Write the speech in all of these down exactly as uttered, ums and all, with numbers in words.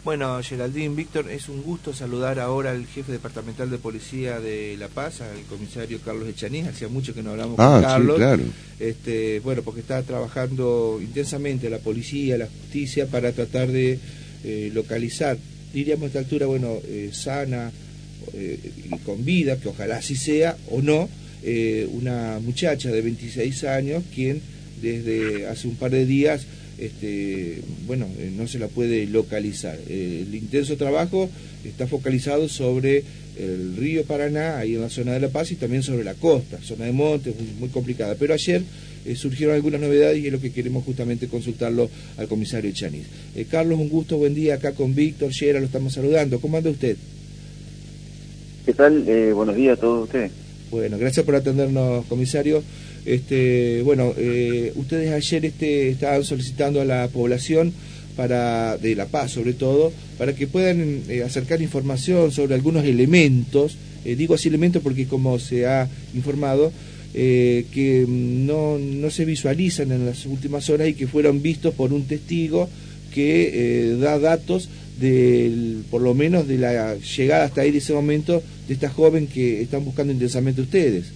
Bueno, Geraldine, Víctor, es un gusto saludar ahora al jefe departamental de policía de La Paz, al comisario Carlos Echaniz. Hacía mucho que no hablamos ah, con Carlos. Sí, claro. Este, bueno, porque está trabajando intensamente la policía, la justicia, para tratar de eh, localizar, diríamos a esta altura, bueno, eh, sana eh, y con vida, que ojalá así sea, o no, eh, una muchacha de veintiséis años, quien desde hace un par de días Este, bueno, eh, no se la puede localizar. Eh, el intenso trabajo está focalizado sobre el río Paraná, ahí en la zona de La Paz, y también sobre la costa, zona de montes, muy, muy complicada. Pero ayer eh, surgieron algunas novedades y es lo que queremos justamente consultarlo al comisario Echaniz. Eh, Carlos, un gusto, buen día, acá con Víctor, Yera, lo estamos saludando. ¿Cómo anda usted? ¿Qué tal? Eh, buenos días a todos ustedes. Bueno, gracias por atendernos, comisario. Este, bueno, eh, ustedes ayer este, estaban solicitando a la población para de La Paz, sobre todo, para que puedan eh, acercar información sobre algunos elementos, eh, digo así elementos porque como se ha informado, eh, que no, no se visualizan en las últimas horas y que fueron vistos por un testigo que eh, da datos del, por lo menos de la llegada hasta ahí de ese momento de esta joven que están buscando intensamente ustedes.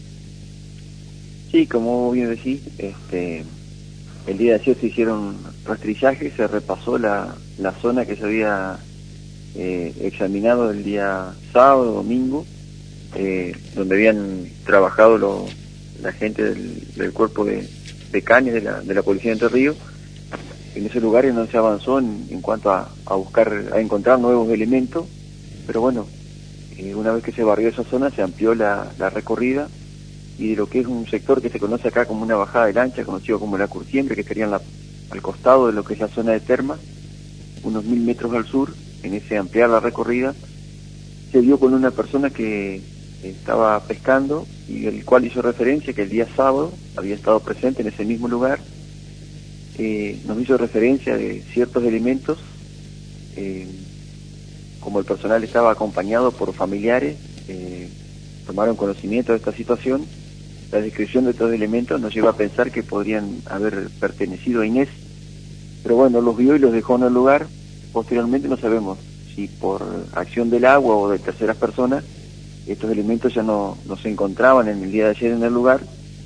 Sí, como bien decís, este, el día de ayer se hicieron rastrillajes, se repasó la, la zona que se había eh, examinado el día sábado, domingo, eh, donde habían trabajado lo, la gente del, del cuerpo de, de Canes de la, de la Policía de Entre Ríos. En ese lugar es donde se avanzó en, en cuanto a, a buscar, a encontrar nuevos elementos, pero bueno, eh, una vez que se barrió esa zona se amplió la, la recorrida, y de lo que es un sector que se conoce acá como una bajada de lancha, conocido como la Curtiembre, que estaría en la, al costado de lo que es la zona de Termas, unos mil metros al sur. En ese ampliar la recorrida, se dio con una persona que estaba pescando y el cual hizo referencia que el día sábado había estado presente en ese mismo lugar. Eh, nos hizo referencia de ciertos elementos, eh, como el personal estaba acompañado por familiares, eh, tomaron conocimiento de esta situación. La descripción de estos elementos nos lleva a pensar que podrían haber pertenecido a Inés, pero bueno, los vio y los dejó en el lugar. Posteriormente no sabemos si por acción del agua o de terceras personas estos elementos ya no, no se encontraban en el día de ayer en el lugar,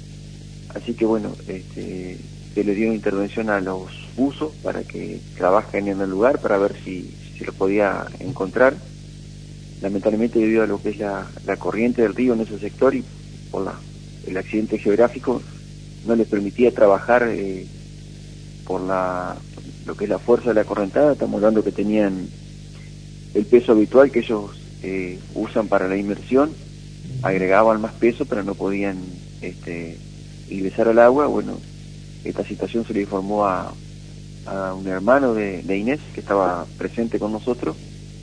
así que bueno, este, se le dio una intervención a los buzos para que trabajen en el lugar para ver si, si se los podía encontrar. Lamentablemente, debido a lo que es la, la corriente del río en ese sector y por la, el accidente geográfico, no les permitía trabajar eh, por la lo que es la fuerza de la correntada. Estamos hablando que tenían el peso habitual que ellos eh, usan para la inmersión, agregaban más peso pero no podían este, ingresar al agua. Bueno, esta situación se le informó a, a un hermano de, de Inés que estaba presente con nosotros.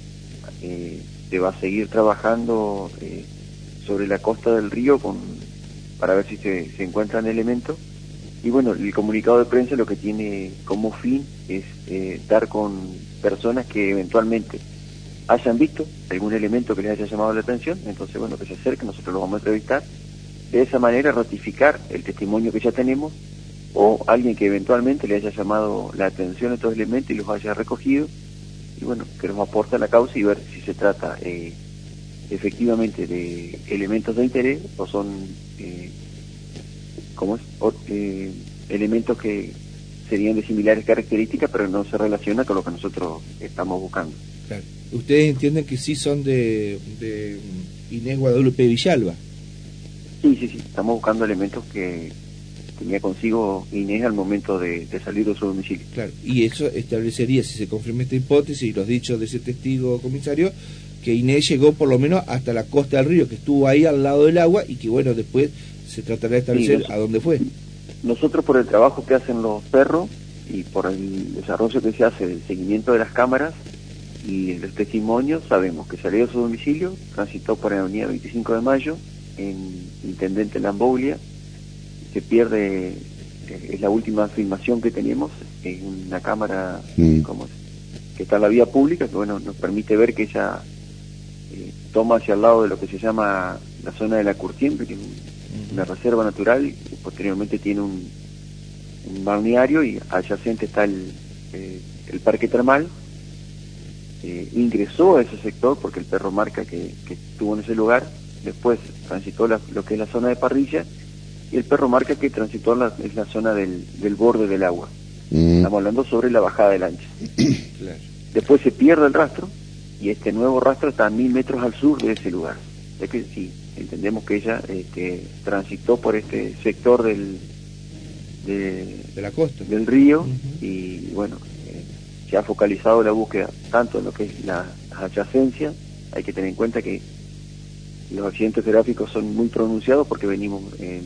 Eh, se va a seguir trabajando eh, sobre la costa del río con, para ver si se, se encuentran elementos. Y bueno, el comunicado de prensa lo que tiene como fin es eh, dar con personas que eventualmente hayan visto algún elemento que les haya llamado la atención. Entonces bueno, que se acerquen, nosotros los vamos a entrevistar, de esa manera ratificar el testimonio que ya tenemos, o alguien que eventualmente le haya llamado la atención a estos elementos y los haya recogido, y bueno, que nos aporte a la causa y ver si se trata eh, efectivamente de elementos de interés o son eh, ¿cómo es? O, eh, elementos que serían de similares características pero no se relacionan con lo que nosotros estamos buscando. Claro. ¿Ustedes entienden que sí son de, de Inés Guadalupe Villalba? Sí, sí, sí, estamos buscando elementos que tenía consigo Inés al momento de, de salir de su domicilio. Claro, y eso establecería, si se confirma esta hipótesis y los dichos de ese testigo comisario, que Inés llegó por lo menos hasta la costa del río, que estuvo ahí al lado del agua y que bueno, después se tratará de establecer sí, a dónde fue. Nosotros, por el trabajo que hacen los perros y por el desarrollo que se hace del seguimiento de las cámaras y el testimonio, sabemos que salió de su domicilio, transitó por la avenida veinticinco de mayo en Intendente Lamboglia, se pierde, eh, es la última filmación que tenemos en una cámara mm. como es, que está en la vía pública, que bueno, nos permite ver que ella eh, toma hacia el lado de lo que se llama la zona de la Curtiembre, que es un, una reserva natural, y posteriormente tiene un, un balneario, y adyacente está el, eh, el parque termal. eh, ingresó a ese sector porque el perro marca que, que estuvo en ese lugar, después transitó la, lo que es la zona de parrilla, y el perro marca que transitó la, es la zona del, del borde del agua. Mm. Estamos hablando sobre la bajada del Ancha. Claro. Después se pierde el rastro, y este nuevo rastro está a mil metros al sur de ese lugar. Es que sí, entendemos que ella este, transitó por este sector del de, de la costa del río. Uh-huh. Y bueno, eh, se ha focalizado la búsqueda tanto en lo que es la, las adyacencias. Hay que tener en cuenta que los accidentes gráficos son muy pronunciados porque venimos en,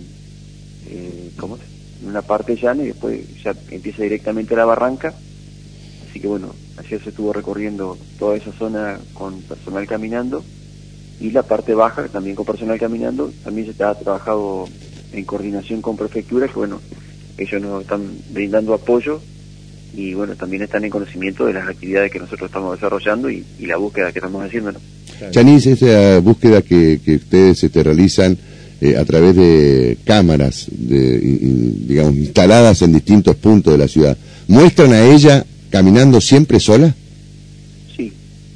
eh, ¿cómo es? en una parte llana y después ya empieza directamente la barranca. Así que bueno, ayer se estuvo recorriendo toda esa zona con personal caminando, y la parte baja también con personal caminando. También se está trabajado en coordinación con prefecturas, que bueno, ellos nos están brindando apoyo, y bueno, también están en conocimiento de las actividades que nosotros estamos desarrollando y, y la búsqueda que estamos haciendo, ¿no? Yanis, esa búsqueda que, que ustedes este, realizan eh, a través de cámaras, de, digamos, instaladas en distintos puntos de la ciudad, ¿muestran a ella caminando siempre sola? Sí.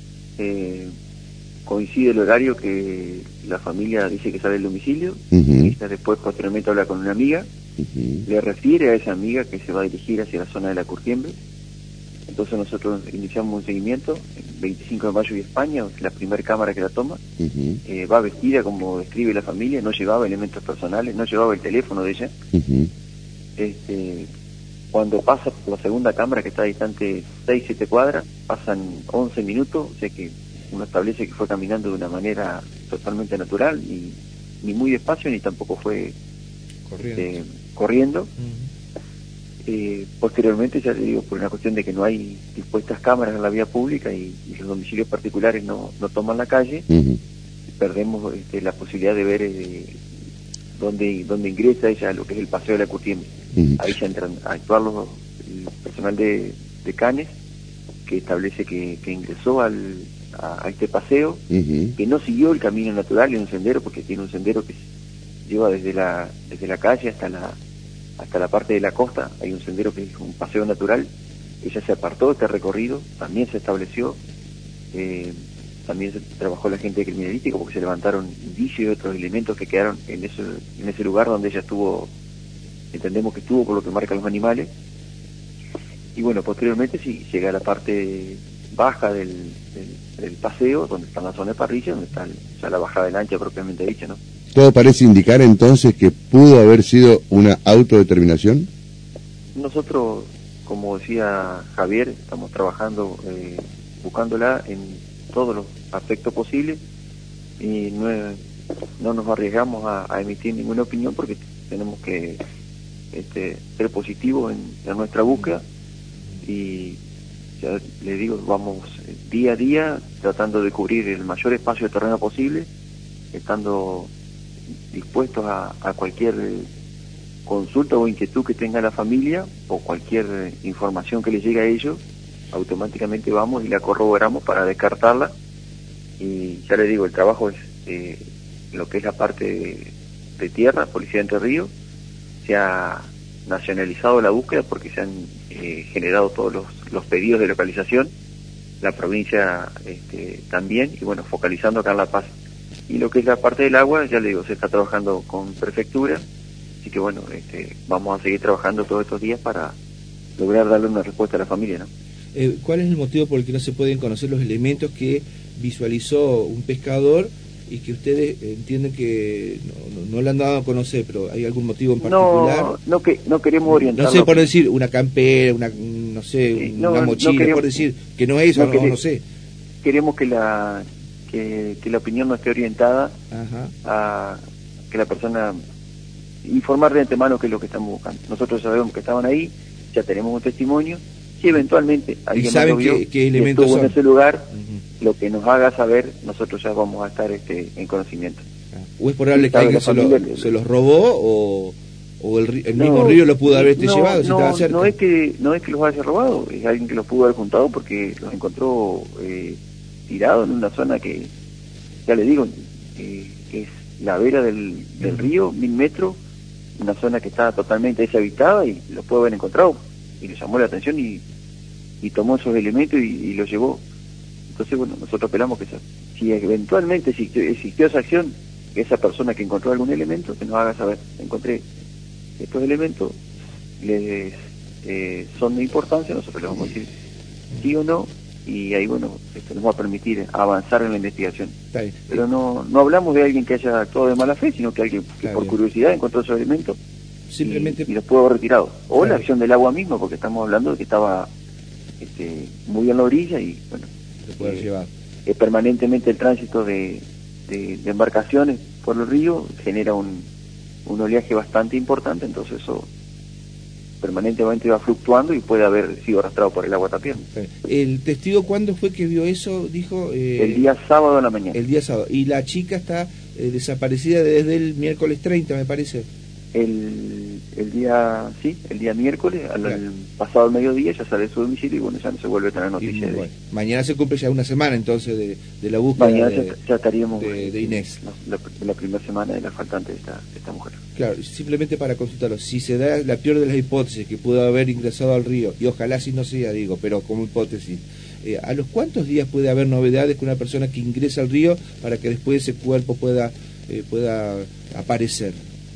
Eh, coincide el horario que la familia dice que sale del domicilio, uh-huh. y después posteriormente habla con una amiga, uh-huh. le refiere a esa amiga que se va a dirigir hacia la zona de la Curtiembre. Entonces nosotros iniciamos un seguimiento, el veinticinco de mayo y España, la primera cámara que la toma, uh-huh. eh, va vestida como describe la familia, no llevaba elementos personales, no llevaba el teléfono de ella. Uh-huh. Este, cuando pasa por la segunda cámara, que está distante seis siete cuadras, pasan once minutos, o sea que uno establece que fue caminando de una manera totalmente natural, y ni muy despacio ni tampoco fue corriendo. Eh, corriendo. Uh-huh. Eh, posteriormente, ya le digo, por una cuestión de que no hay dispuestas cámaras en la vía pública y, y los domicilios particulares no, no toman la calle, uh-huh. perdemos este, la posibilidad de ver eh, dónde, dónde ingresa ella, lo que es el paseo de la Curtiembre. Uh-huh. Ahí ya entran a actuar los, el personal de, de Canes, que establece que, que ingresó al, a, a este paseo, uh-huh. que no siguió el camino natural y un sendero, porque tiene un sendero que lleva desde la, desde la calle hasta la hasta la parte de la costa. Hay un sendero que es un paseo natural. Ella se apartó de este recorrido, también se estableció, eh, también se trabajó la gente de criminalística porque se levantaron indicios y otros elementos que quedaron en ese, en ese lugar donde ella estuvo, entendemos que estuvo por lo que marcan los animales. Y bueno, posteriormente sí llega a la parte baja del, del, del paseo, donde está la zona de parrilla, donde está el, ya la bajada del Ancha propiamente dicha, ¿no? ¿Todo parece indicar entonces que pudo haber sido una autodeterminación? Nosotros, como decía Javier, estamos trabajando, eh, buscándola en todos los aspectos posibles, y no, no nos arriesgamos a, a emitir ninguna opinión porque tenemos que este, ser positivos en, en nuestra búsqueda, y ya le digo, vamos día a día tratando de cubrir el mayor espacio de terreno posible, estando dispuestos a, a cualquier consulta o inquietud que tenga la familia o cualquier información que les llegue a ellos. Automáticamente vamos y la corroboramos para descartarla. Y ya les digo, el trabajo es eh, lo que es la parte de, de tierra, Policía de Entre Ríos. Se ha nacionalizado la búsqueda porque se han eh, generado todos los, los pedidos de localización, la provincia este, también, y bueno, focalizando acá en La Paz. Y lo que es la parte del agua, ya le digo, se está trabajando con prefectura, así que bueno, este, vamos a seguir trabajando todos estos días para lograr darle una respuesta a la familia, ¿no? Eh, ¿Cuál es el motivo por el que no se pueden conocer los elementos que visualizó un pescador y que ustedes entienden que no, no, no le han dado a conocer, pero hay algún motivo en particular? No, no, que, no queremos orientarlo. No sé, por decir, una campera, una, no sé, sí, una no, mochila, no queremos, por decir, que no es eso, no, no, no sé. Queremos que la... Que, que la opinión no esté orientada Ajá. a que la persona informar de antemano qué es lo que estamos buscando. Nosotros sabemos que estaban ahí, ya tenemos un testimonio, si eventualmente alguien saben más lo vio, qué, qué elementos estuvo son en ese lugar, uh-huh. lo que nos haga saber, nosotros ya vamos a estar este, en conocimiento. Ah. ¿O es probable que alguien se, lo, que... se los robó o, o el, el mismo no, río lo pudo haber este no, llevado si no, estaba cerca? No es que no es que los haya robado, es alguien que los pudo haber juntado porque los encontró eh, tirado en una zona que, ya le digo, eh, es la vera del, del río, mil metros, una zona que está totalmente deshabitada, y los pudo haber encontrado, y le llamó la atención y, y tomó esos elementos y, y los llevó. Entonces, bueno, nosotros esperamos que esa, si eventualmente existió, existió esa acción, que esa persona que encontró algún elemento, que nos haga saber, encontré estos elementos, les eh, son de importancia, nosotros les vamos a decir sí o no, y ahí, bueno, esto nos va a permitir avanzar en la investigación. Pero no no hablamos de alguien que haya actuado de mala fe, sino que alguien que por curiosidad encontró esos elementos simplemente y, y los pudo haber retirado. O claro. La acción del agua misma, porque estamos hablando de que estaba este, muy en la orilla y, bueno, se puede eh, llevar. Eh, permanentemente el tránsito de, de, de embarcaciones por el río genera un, un oleaje bastante importante, entonces eso permanentemente va fluctuando y puede haber sido arrastrado por el agua tapiando. ¿El testigo cuándo fue que vio eso? Dijo eh, el día sábado a la mañana. El día sábado. ¿Y la chica está eh, desaparecida desde el miércoles treinta, me parece? El, el día, sí, el día miércoles, al, claro. al pasado el mediodía ya sale de su domicilio y bueno, ya no se vuelve a tener noticia. Bueno, mañana se cumple ya una semana entonces de, de la búsqueda mañana de, ya, ya estaríamos de, de Inés. La, la, la primera semana de la faltante de esta, de esta mujer. Claro, simplemente para consultarlo, si se da la peor de las hipótesis que pudo haber ingresado al río, y ojalá si no sea, digo, pero como hipótesis, eh, ¿a los cuántos días puede haber novedades con una persona que ingresa al río para que después ese cuerpo pueda, eh, pueda aparecer?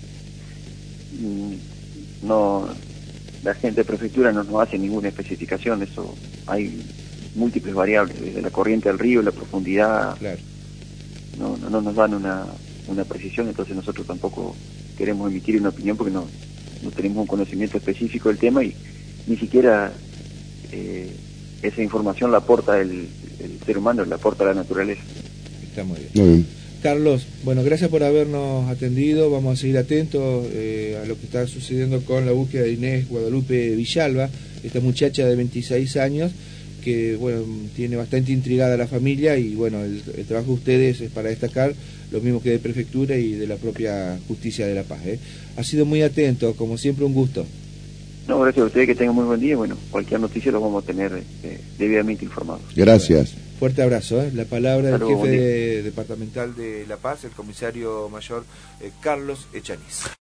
No, la gente de prefectura no nos hace ninguna especificación, eso hay múltiples variables, desde la corriente del río, la profundidad, claro. no, no, no nos dan una, una precisión, entonces nosotros tampoco queremos emitir una opinión porque no, no tenemos un conocimiento específico del tema y ni siquiera eh, esa información la aporta el, el ser humano, la aporta la naturaleza. Está muy bien. Muy bien. Carlos, bueno, gracias por habernos atendido, vamos a seguir atentos eh, a lo que está sucediendo con la búsqueda de Inés Guadalupe Villalba, esta muchacha de veintiséis años, que bueno, tiene bastante intrigada a la familia y bueno, el, el trabajo de ustedes es para destacar, lo mismo que de Prefectura y de la propia Justicia de La Paz. ¿eh? Ha sido muy atento, como siempre un gusto. No, gracias a ustedes, que tengan muy buen día, bueno, cualquier noticia los vamos a tener eh, debidamente informados. Gracias. Bueno, fuerte abrazo. ¿eh? La palabra del jefe de, departamental de La Paz, el comisario mayor eh, Carlos Echaniz.